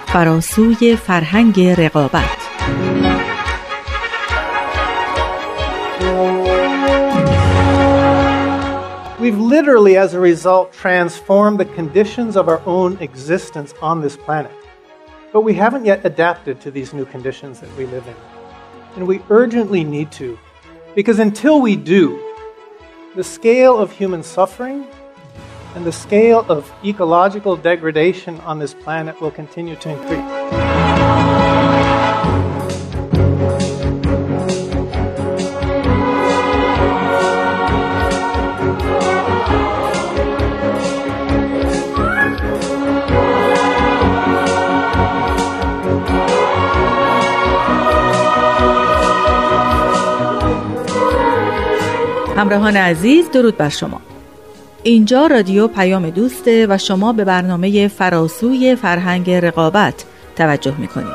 فراسوی فرهنگ رقابت. We've literally, as a result, transformed the conditions of our own existence on this planet. But we haven't yet adapted to these new conditions that we live in. And we urgently need to, because until we do, the scale of human suffering and the scale of ecological degradation on this planet will continue to increase. همراهان عزیز، درود بر شما. اینجا رادیو پیام دوسته و شما به برنامه فراسوی فرهنگ رقابت توجه میکنید.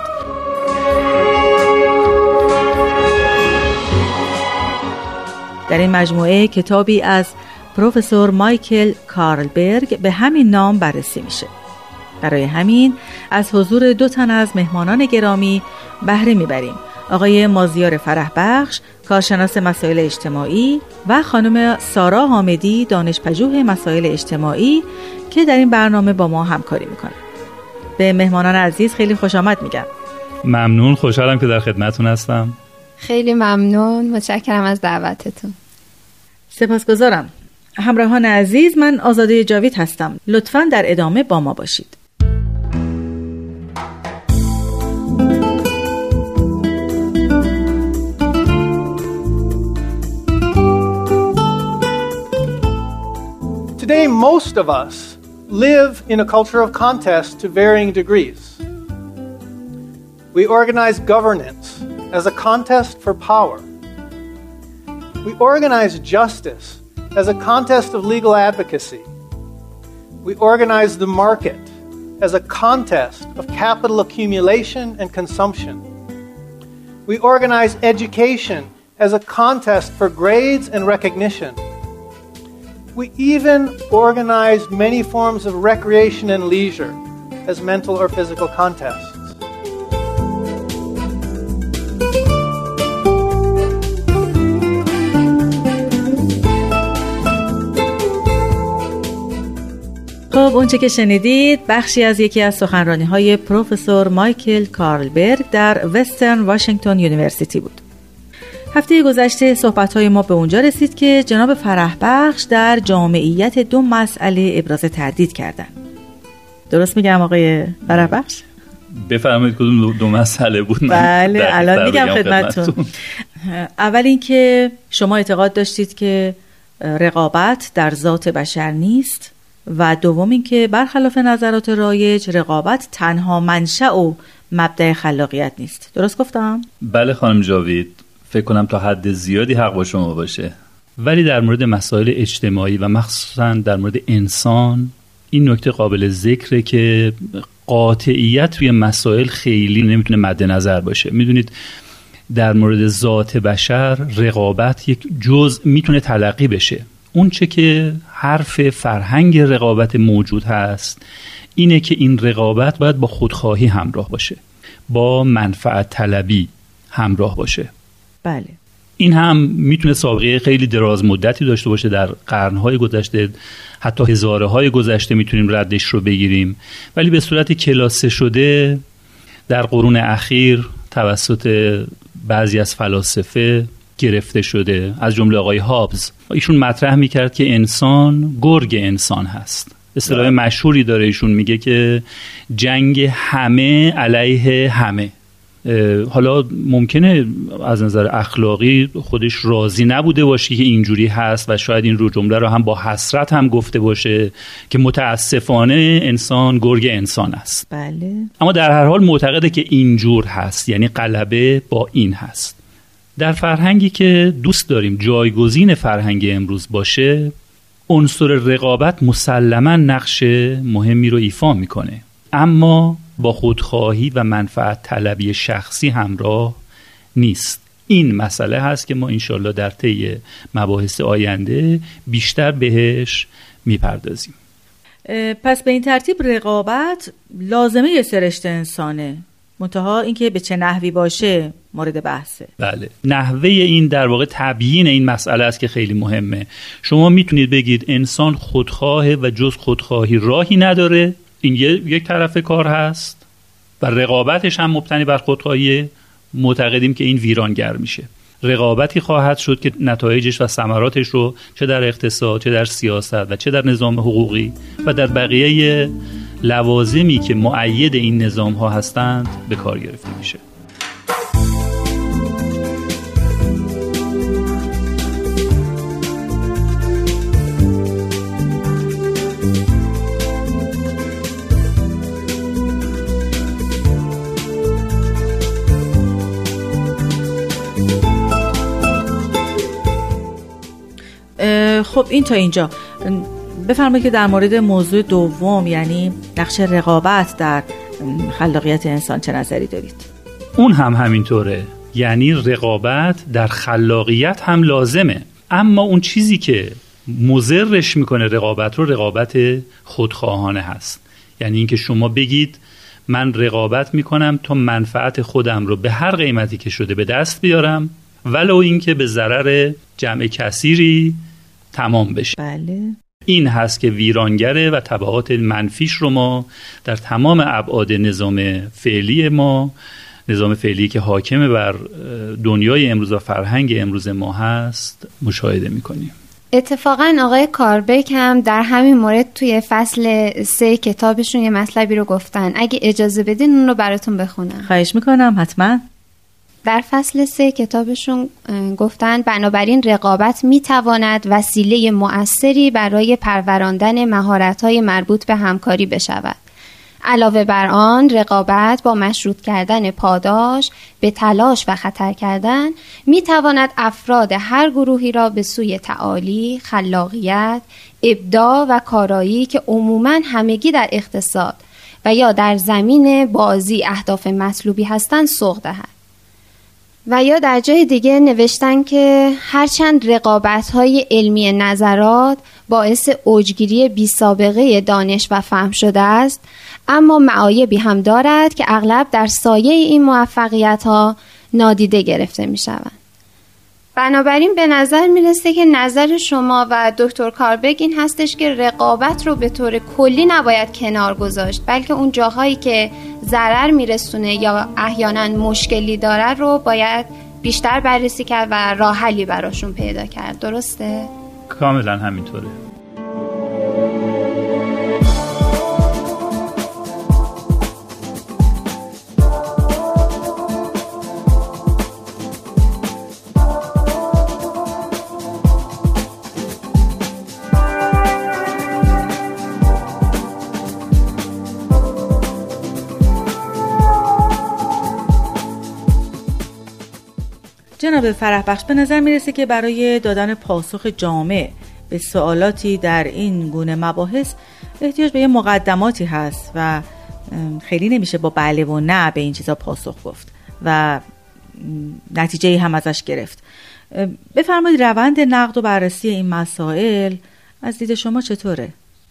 در این مجموعه کتابی از پروفسور مایکل کارلبرگ به همین نام بررسی میشه. برای همین از حضور 2 تن از مهمانان گرامی بهره میبریم. آقای مازیار فرحبخش، کارشناس مسائل اجتماعی، و خانم سارا حامدی، دانشپژوه مسائل اجتماعی که در این برنامه با ما همکاری میکنه. به مهمانان عزیز خیلی خوش آمد میگم. ممنون، خوشحالم که در خدمتتون هستم. خیلی ممنون، متشکرم از دعوتتون. سپاسگزارم. همراهان عزیز، من آزاده جاوید هستم. لطفاً در ادامه با ما باشید. Today, most of us live in a culture of contest to varying degrees. We organize governance as a contest for power. We organize justice as a contest of legal advocacy. We organize the market as a contest of capital accumulation and consumption. We organize education as a contest for grades and recognition. We even organize many forms of recreation and leisure as mental or physical contests. خب، اونچه که شنیدید بخشی از یکی از سخنرانی‌های پروفسور مایکل کارلبرگ در وسترن واشنگتن یونیورسیتی بود. هفته گذشته صحبت‌های ما به اونجا رسید که جناب فرحبخش در جامعیت 2 مسئله ابراز تردید کردن. درست میگم آقای فرحبخش؟ بفرمایید کدوم 2 مسئله بود؟ بله، الان میگم خدمتتون. اول اینکه شما اعتقاد داشتید که رقابت در ذات بشر نیست، و دوم اینکه برخلاف نظرات رایج رقابت تنها منشأ و مبدأ خلاقیت نیست. درست گفتم؟ بله خانم جاوید، فکر کنم تا حد زیادی حق با شما باشه. ولی در مورد مسائل اجتماعی و مخصوصا در مورد انسان این نکته قابل ذکره که قاطعیت توی مسائل خیلی نمیتونه مد نظر باشه. میدونید در مورد ذات بشر رقابت یک جزء میتونه تلقی بشه. اون چه که حرف فرهنگ رقابت موجود هست اینه که این رقابت باید با خودخواهی همراه باشه، با منفعت طلبی همراه باشه. بله. این هم میتونه سابقه خیلی دراز مدتی داشته باشه، در قرنهای گذشته، حتی هزارهای گذشته میتونیم ردش رو بگیریم، ولی به صورت کلاسه شده در قرون اخیر توسط بعضی از فلاسفه گرفته شده، از جمله آقای هابز. ایشون مطرح میکرد که انسان گرگ انسان هست. اصطلاح مشهوری داره، ایشون میگه که جنگ همه علیه همه. حالا ممکنه از نظر اخلاقی خودش راضی نبوده باشه که اینجوری هست و شاید این رو جمله رو هم با حسرت هم گفته باشه که متاسفانه انسان گرگ انسان است. بله. اما در هر حال معتقده که اینجور هست، یعنی غلبه با این هست. در فرهنگی که دوست داریم جایگزین فرهنگ امروز باشه، عنصر رقابت مسلماً نقش مهمی رو ایفا میکنه، اما با خودخواهی و منفعت طلبی شخصی همراه نیست. این مسئله هست که ما انشالله در طی مباحث آینده بیشتر بهش میپردازیم. پس به این ترتیب رقابت لازمه سرشت انسانه، منتها اینکه به چه نحوی باشه مورد بحثه. بله، نحوه این در واقع تبیین این مسئله است که خیلی مهمه. شما میتونید بگید انسان خودخواهه و جز خودخواهی راهی نداره، این یک طرف کار هست و رقابتش هم مبتنی بر خودخواهیه. معتقدیم که این ویرانگر میشه. رقابتی خواهد شد که نتایجش و ثمراتش رو چه در اقتصاد، چه در سیاست و چه در نظام حقوقی و در بقیه لوازمی که مؤید این نظام ها هستند به کار گرفته میشه. خب این تا اینجا. بفرمایید که در مورد موضوع دوم، یعنی نقش رقابت در خلاقیت انسان، چه نظری دارید؟ اون هم همینطوره، یعنی رقابت در خلاقیت هم لازمه، اما اون چیزی که مضرش میکنه رقابت رو رقابت خودخواهانه هست. یعنی اینکه شما بگید من رقابت میکنم تا منفعت خودم رو به هر قیمتی که شده به دست بیارم، ولو اینکه به ضرر جمع کثیری تمام بشه. بله. این هست که ویرانگره و تبعات منفیش رو ما در تمام ابعاد نظام فعلی ما، نظام فعلی که حاکم بر دنیای امروز و فرهنگ امروز ما هست، مشاهده میکنیم. اتفاقا آقای کاربرگ هم در همین مورد توی فصل 3 کتابشون یه مطلبی رو گفتن. اگه اجازه بدین اون رو براتون بخونم. خواهش میکنم، حتما. در فصل 3 کتابشون گفتن بنابراین رقابت میتواند وسیله مؤثری برای پروراندن مهارت‌های مربوط به همکاری بشود. علاوه بر آن، رقابت با مشروط کردن پاداش به تلاش و خطر کردن میتواند افراد هر گروهی را به سوی تعالی، خلاقیت، ابداع و کارایی که عموماً همگی در اقتصاد و یا در زمین بازی اهداف مطلوبی هستند سوق دهد. و یا در جای دیگه نوشتن که هرچند رقابت‌های علمی نظرات باعث اوجگیری بی سابقه دانش و فهم شده است، اما معایبی هم دارد که اغلب در سایه این موفقیت‌ها نادیده گرفته می‌شوند. بنابراین به نظر میرسه که نظر شما و دکتر کاربرگ این هستش که رقابت رو به طور کلی نباید کنار گذاشت، بلکه اون جاهایی که ضرر میرسونه یا احیانا مشکلی داره رو باید بیشتر بررسی کرد و راه حلی براشون پیدا کرد. درسته؟ کاملا همینطوره. جناب فرحبخش، به نظر میرسه که برای دادن پاسخ جامع به سوالاتی در این گونه مباحث احتیاج به یه مقدماتی هست و خیلی نمیشه با بله و نه به این چیزا پاسخ گفت و نتیجه هم ازش گرفت. بفرمایید روند نقد و بررسی این مسائل از دید شما چطوره؟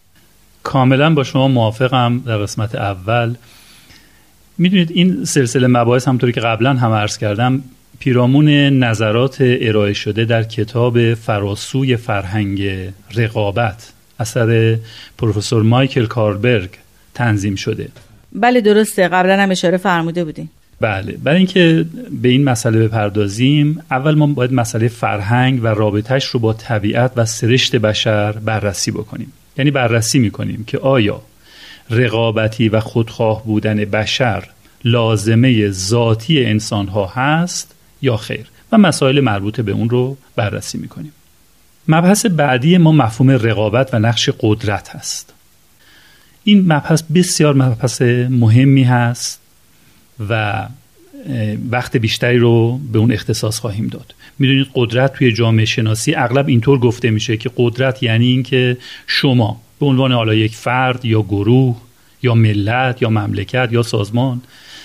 کاملا با شما موافقم. در قسمت اول میدونید این سلسله مباحث همونطوری که قبلا هم عرض کردم پیرامون نظرات ارائه شده در کتاب فراسوی فرهنگ رقابت اثر پروفسور مایکل کارلبرگ تنظیم شده. بله درسته، قبلا هم اشاره فرموده بودیم. بله، برای اینکه به این مسئله بپردازیم اول ما باید مسئله فرهنگ و رابطهش رو با طبیعت و سرشت بشر بررسی بکنیم. یعنی بررسی میکنیم که آیا رقابتی و خودخواه بودن بشر لازمه ذاتی انسان ها هست یا خیر و مسائل مربوط به اون رو بررسی میکنیم. مبحث بعدی ما مفهوم رقابت و نقش قدرت هست. این مبحث بسیار مبحث مهمی هست و وقت بیشتری رو به اون اختصاص خواهیم داد. میدونید قدرت توی جامعه شناسی اغلب اینطور گفته میشه که قدرت یعنی این که شما به عنوان حالا یک فرد یا گروه یا ملت یا مملکت یا سازمان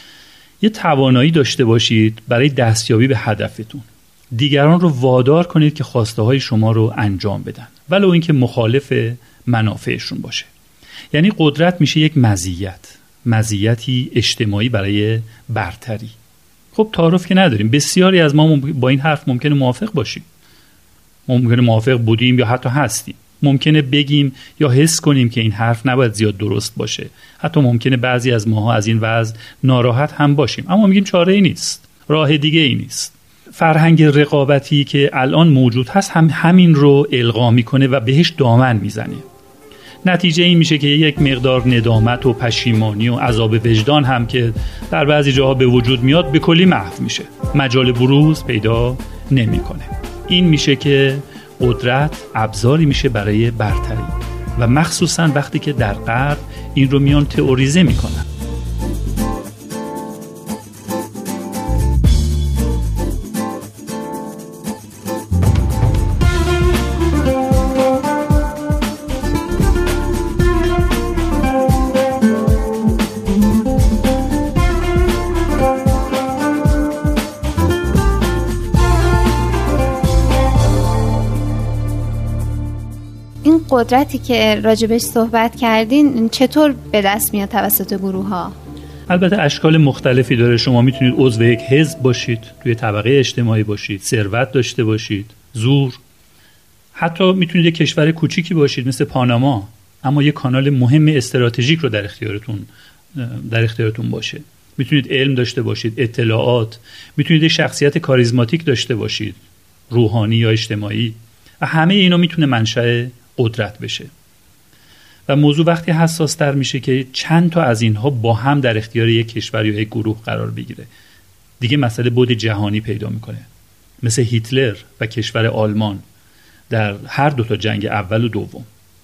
یه توانایی داشته باشید برای دستیابی به هدفتون، دیگران رو وادار کنید که خواسته های شما رو انجام بدن ولو اینکه مخالف منافعشون باشه. یعنی قدرت میشه یک مزیتی اجتماعی برای برتری. خب تعارف که نداریم، بسیاری از ما با این حرف ممکنه موافق باشیم، ممکنه موافق بودیم یا حتی هستیم، ممکنه بگیم یا حس کنیم که این حرف نباید زیاد درست باشه، حتی ممکنه بعضی از ماها از این وضع ناراحت هم باشیم، اما میگیم چاره ای نیست، راه دیگه ای نیست. فرهنگ رقابتی که الان موجود هست همین رو القا میکنه و بهش دامن میزنه. نتیجه این میشه که یک مقدار ندامت و پشیمانی و عذاب وجدان هم که در بعضی جاها به وجود میاد به کلی محو میشه، مجال بروز پیدا نمیکنه. این میشه که قدرت ابزاری میشه برای برتری و مخصوصا وقتی که در غرب این رو میان تئوریزه میکنن. قدرتی که راجبش صحبت کردین چطور به دست میاد توسط گروه ها؟ البته اشکال مختلفی داره. شما میتونید عضو یک حزب باشید، توی طبقه اجتماعی باشید، ثروت داشته باشید، زور، حتی میتونید یک کشور کوچیکی باشید مثل پاناما اما یک کانال مهم استراتژیک رو در اختیارتون باشه. میتونید علم داشته باشید، اطلاعات، میتونید یک شخصیت کاریزماتیک داشته باشید، روحانی یا اجتماعی، و همه اینا میتونه منشأ قدرت بشه. و موضوع وقتی حساس تر میشه که چند تا از اینها با هم در اختیار یک کشور یا یک گروه قرار بگیره، دیگه مسئله بعد جهانی پیدا میکنه، مثل هیتلر و کشور آلمان در هر دو تا جنگ اول و دوم.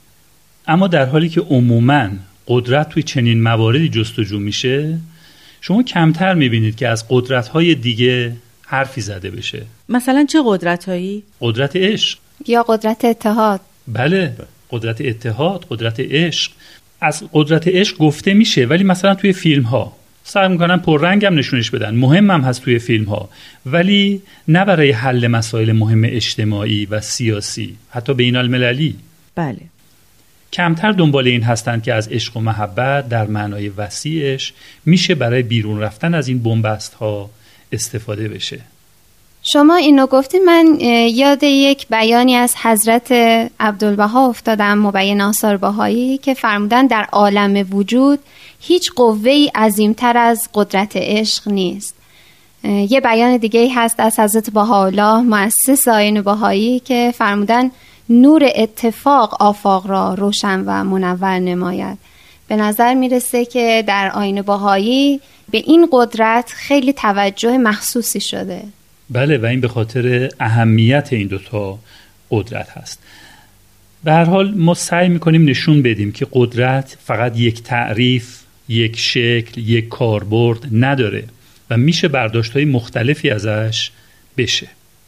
اما در حالی که عموماً قدرت توی چنین مواردی جستجو میشه، شما کمتر میبینید که از قدرت‌های دیگه حرفی زده بشه. مثلا چه قدرت‌هایی؟ قدرت عشق یا قدرت اتحاد. بله، قدرت اتحاد، قدرت عشق. از قدرت عشق گفته میشه، ولی مثلا توی فیلم ها سعی میکنن پررنگ هم نشونش بدن، مهم هم هست توی فیلم ها، ولی نه برای حل مسائل مهم اجتماعی و سیاسی، حتی بین المللی. بله. کمتر دنبال این هستند که از عشق و محبت در معنای وسیعش میشه برای بیرون رفتن از این بنبست ها استفاده بشه. شما اینو گفتید، من یاد یک بیانی از حضرت عبدالبها افتادم، مبین آثار بهایی، که فرمودن در عالم وجود هیچ قوه‌ای عظیمتر از قدرت عشق نیست. یه بیان دیگه هست از حضرت بهاءالله مؤسس آیین بهایی که فرمودن نور اتفاق آفاق را روشن و منور نماید. به نظر میرسه که در آیین بهایی به این قدرت خیلی توجه مخصوصی شده. بله، و این به خاطر اهمیت این دوتا قدرت هست. به هر حال ما سعی میکنیم نشون بدیم که قدرت فقط یک تعریف، یک شکل، یک کاربرد نداره و میشه برداشت‌های مختلفی ازش بشه.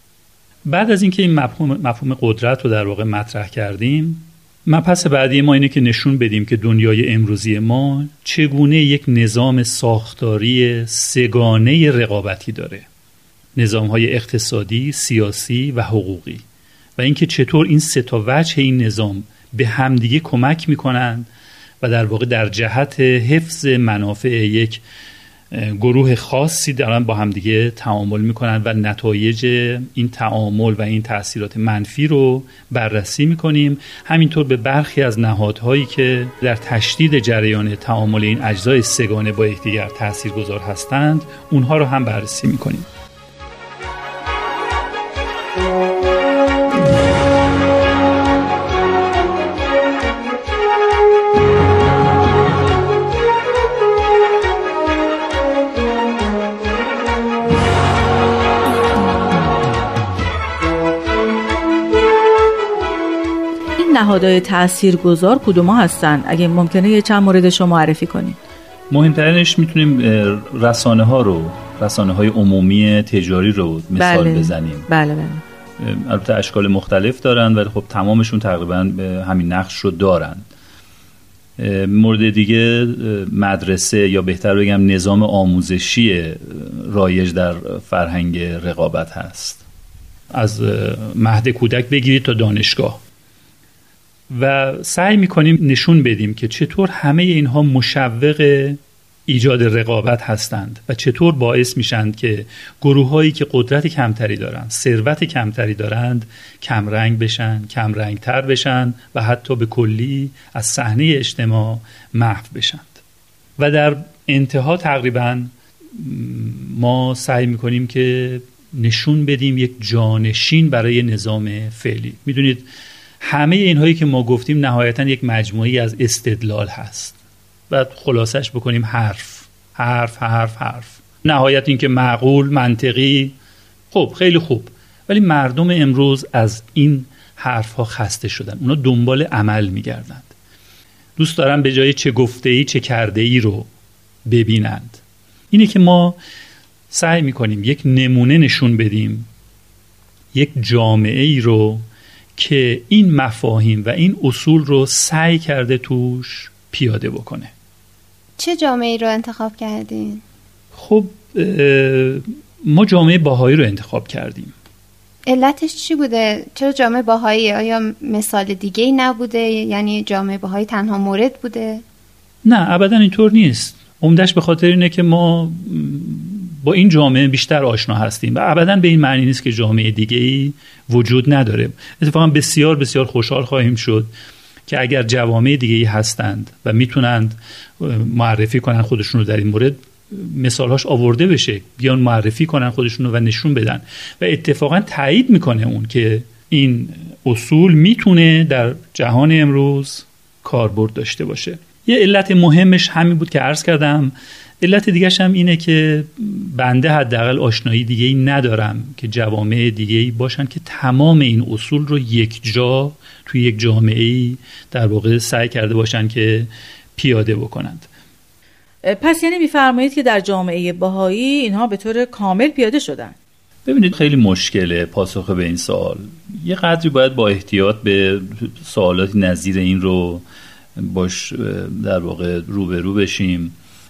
بعد از اینکه این مفهوم قدرت رو در واقع مطرح کردیم، مبحث بعدی ما اینه که نشون بدیم که دنیای امروزی ما چگونه یک نظام ساختاری سه‌گانه رقابتی داره، نظام‌های اقتصادی، سیاسی و حقوقی، و اینکه چطور این سه تا وجه این نظام به همدیگه کمک می‌کنند و در واقع در جهت حفظ منافع یک گروه خاصی دارن با همدیگه تعامل میکنن و نتایج این تعامل و این تأثیرات منفی رو بررسی میکنیم. همینطور به برخی از نهادهایی که در تشدید جریان تعامل این اجزای سه‌گانه با یکدیگر تاثیرگذار هستند، اونها رو هم بررسی میکنیم. نهادهای تاثیرگذار کدوم هستن؟ اگه ممکنه یه چند موردش رو معرفی کنید. مهمترینش میتونیم رسانه‌های عمومی تجاری رو مثال بزنیم. بله. البته اشکال مختلف دارن ولی خب تمامشون تقریبا همین نقش رو دارن. مورد دیگه مدرسه یا بهتر بگم نظام آموزشی رایج در فرهنگ رقابت هست. از مهد کودک بگیرید تا دانشگاه. و سعی میکنیم نشون بدیم که چطور همه اینها مشوق ایجاد رقابت هستند و چطور باعث میشند که گروه‌هایی که قدرت کمتری دارند، ثروت کمتری دارند، کمرنگ بشن، کمرنگتر بشن و حتی به کلی از صحنه اجتماع محو بشند. و در انتها تقریباً ما سعی میکنیم که نشون بدیم یک جانشین برای نظام فعلی. میدونید همه اینهایی که ما گفتیم نهایتاً یک مجموعی از استدلال هست. بعد خلاصش بکنیم حرف حرف حرف حرف. نهایت این که معقول، منطقی، خب خیلی خوب. ولی مردم امروز از این حرفها خسته شدن. اونا دنبال عمل میگردند. دوست دارن به جای چه گفته‌ای چه کرده‌ای رو ببینند. اینه که ما سعی میکنیم یک نمونه نشون بدیم، یک جامعه ای رو که این مفاهیم و این اصول رو سعی کرده توش پیاده بکنه. چه جامعه ای رو انتخاب کردین؟ خب ما جامعه بهایی رو انتخاب کردیم. علتش چی بوده؟ چرا جامعه بهایی؟ آیا مثال دیگه ای نبوده؟ یعنی جامعه بهایی تنها مورد بوده؟ نه ابدا اینطور نیست. عمدش به خاطر اینه که ما با این جامعه بیشتر آشنا هستیم و ابدا به این معنی نیست که جامعه دیگه‌ای وجود نداره. اتفاقا بسیار بسیار خوشحال خواهیم شد که اگر جوامع دیگه‌ای هستند و میتونند معرفی کنن خودشون رو در این مورد، مثالهاش آورده بشه، بیان معرفی کنن خودشون رو و نشون بدن و اتفاقا تایید میکنه اون که این اصول میتونه در جهان امروز کاربرد داشته باشه. یه علت مهمش همین بود که عرض کردم. علت دیگه‌ش هم اینه که بنده حداقل آشنایی دیگه‌ای ندارم که جوامع دیگه‌ای باشن که تمام این اصول رو یک جا توی یک جامعه‌ای در واقع سعی کرده باشن که پیاده بکنند. پس یعنی می‌فرمایید که در جامعه بهایی اینها به طور کامل پیاده شدن؟ ببینید خیلی مشکله پاسخ به این سوال. یه قدری باید با احتیاط به سوالاتی نظیر این رو باش در واقع روبرو بشیم.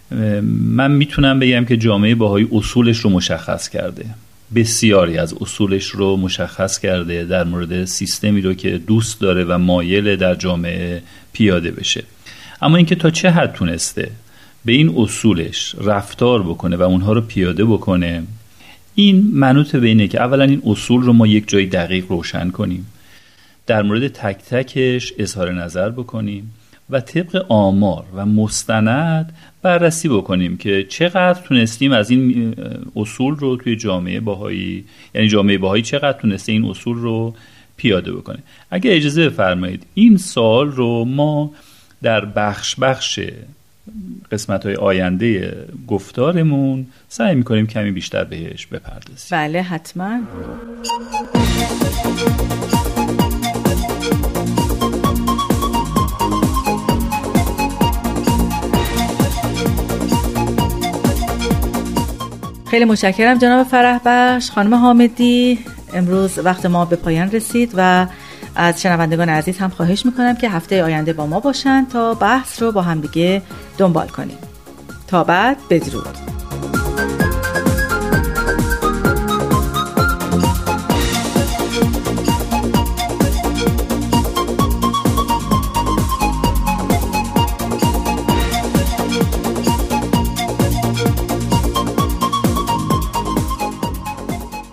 من میتونم بگم که جامعه بهایی اصولش رو مشخص کرده، بسیاری از اصولش رو مشخص کرده در مورد سیستمی رو که دوست داره و مایل در جامعه پیاده بشه. اما اینکه تا چه حد تونسته به این اصولش رفتار بکنه و اونها رو پیاده بکنه، این منوط به اینه که اولا این اصول رو ما یک جای دقیق روشن کنیم، در مورد تک تکش اظهار نظر بکنیم و طبق آمار و مستند بررسی بکنیم که چقدر تونستیم از این اصول رو توی جامعه بهایی، یعنی جامعه بهایی چقدر تونسته این اصول رو پیاده بکنه. اگه اجازه بفرمایید این سوال رو ما در بخش قسمت‌های آینده گفتارمون سعی می‌کنیم کمی بیشتر بهش بپردازیم. بله حتما. خیلی متشکرم جناب فرح بخش. خانم حامدی، امروز وقت ما به پایان رسید و از شنوندگان عزیز هم خواهش میکنم که هفته آینده با ما باشن تا بحث رو با هم دیگه دنبال کنیم. تا بعد، بدرود.